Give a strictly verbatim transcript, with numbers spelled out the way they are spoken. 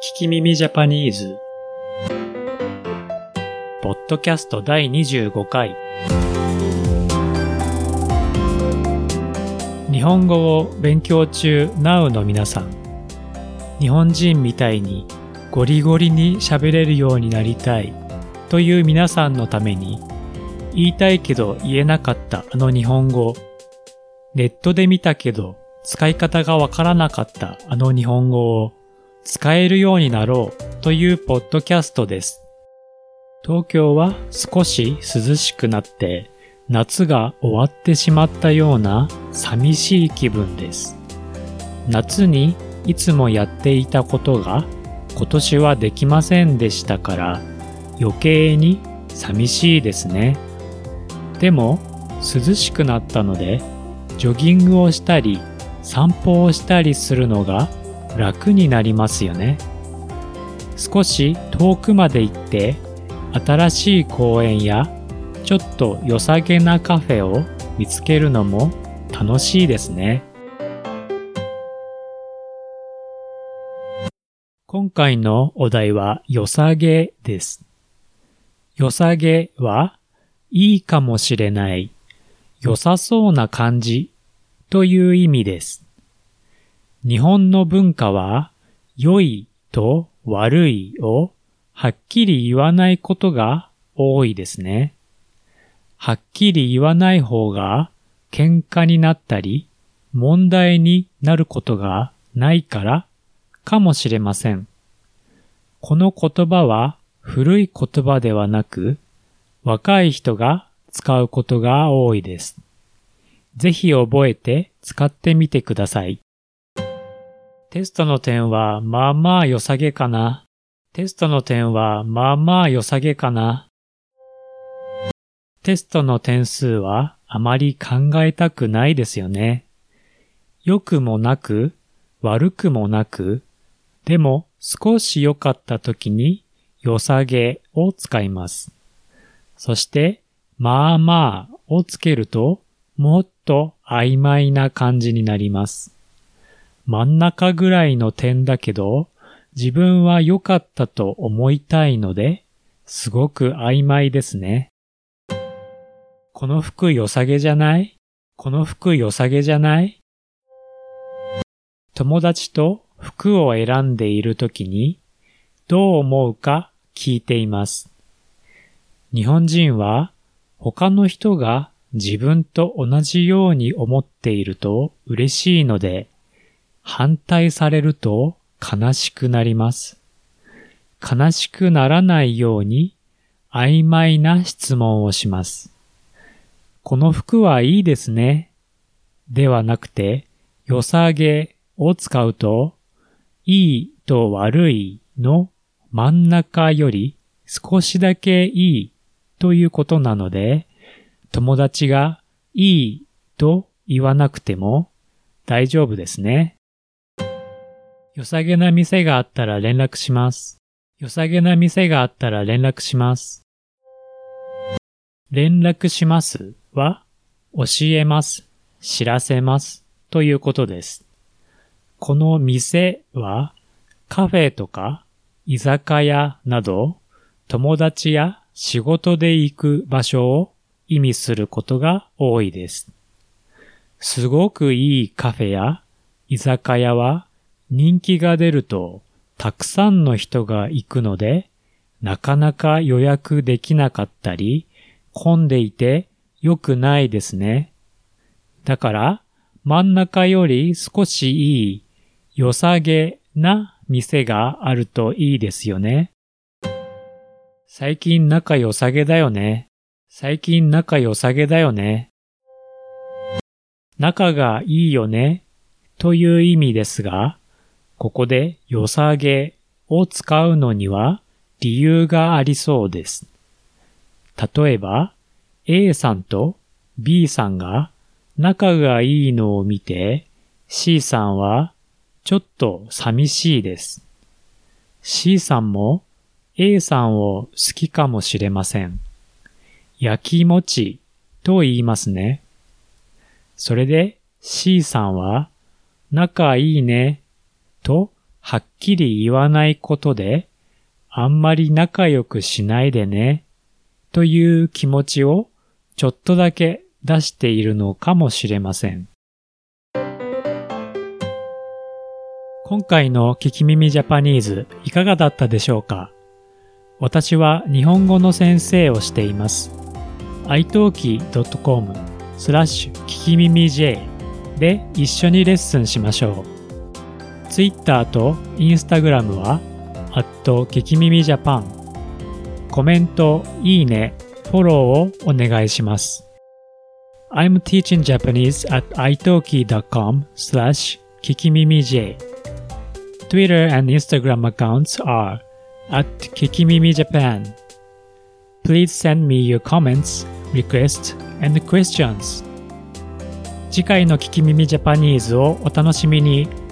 聞き耳ジャパニーズポッドキャストだいにじゅうごかい。日本語を勉強中 ナウ の皆さん、日本人みたいにゴリゴリに喋れるようになりたいという皆さんのために、言いたいけど言えなかったあの日本語、ネットで見たけど使い方がわからなかったあの日本語を使えるようになろうというポッドキャストです。東京は少し涼しくなって夏が終わってしまったような寂しい気分です。夏にいつもやっていたことが今年はできませんでしたから余計に寂しいですね。でも涼しくなったのでジョギングをしたり散歩をしたりするのが楽になりますよね。少し遠くまで行って新しい公園やちょっと良さげなカフェを見つけるのも楽しいですね。今回のお題は良さげです。良さげはいいかもしれない、良さそうな感じという意味です。日本の文化は良いと悪いをはっきり言わないことが多いですね。はっきり言わない方が喧嘩になったり問題になることがないからかもしれません。この言葉は古い言葉ではなく若い人が使うことが多いです。ぜひ覚えて使ってみてください。テストの点はまあまあ良さげかな。テストの点はまあまあ良さげかな。テストの点数はあまり考えたくないですよね。良くもなく、悪くもなく、でも少し良かった時に良さげを使います。そしてまあまあをつけるともっと曖昧な感じになります。真ん中ぐらいの点だけど、自分は良かったと思いたいので、すごく曖昧ですね。この服良さげじゃない？この服良さげじゃない？友達と服を選んでいるときに、どう思うか聞いています。日本人は、他の人が自分と同じように思っていると嬉しいので、反対されると悲しくなります。悲しくならないように曖昧な質問をします。この服はいいですね。ではなくて、良さげを使うと、いいと悪いの真ん中より少しだけいいということなので、友達がいいと言わなくても大丈夫ですね。良さげな店があったら連絡します。良さげな店があったら連絡します。連絡しますは教えます、知らせますということです。この店はカフェとか居酒屋など友達や仕事で行く場所を意味することが多いです。すごくいいカフェや居酒屋は人気が出るとたくさんの人が行くのでなかなか予約できなかったり混んでいて良くないですね。だから真ん中より少しいい良さげな店があるといいですよね。最近仲良さげだよね。最近仲良さげだよね。仲がいいよねという意味ですが、ここで良さげを使うのには理由がありそうです。例えば A さんと B さんが仲がいいのを見て C さんはちょっと寂しいです。C さんも A さんを好きかもしれません。やきもちと言いますね。それで C さんは仲いいねとはっきり言わないことで、あんまり仲良くしないでね、という気持ちをちょっとだけ出しているのかもしれません。今回の聞き耳ジャパニーズいかがだったでしょうか？私は日本語の先生をしています。アイトーキードットコム スラッシュ聞き耳 J で一緒にレッスンしましょう。Twitter と Instagram はアット聞き耳ジャパン。コメント、いいね、フォローをお願いします。I'm teaching Japanese at アイトーキードットコム スラッシュ聞き耳 J。Twitter and Instagram accounts are at Kikimimi Japan. Please send me your comments, requests, and questions. 次回の聞き耳ジャパニーズをお楽しみに。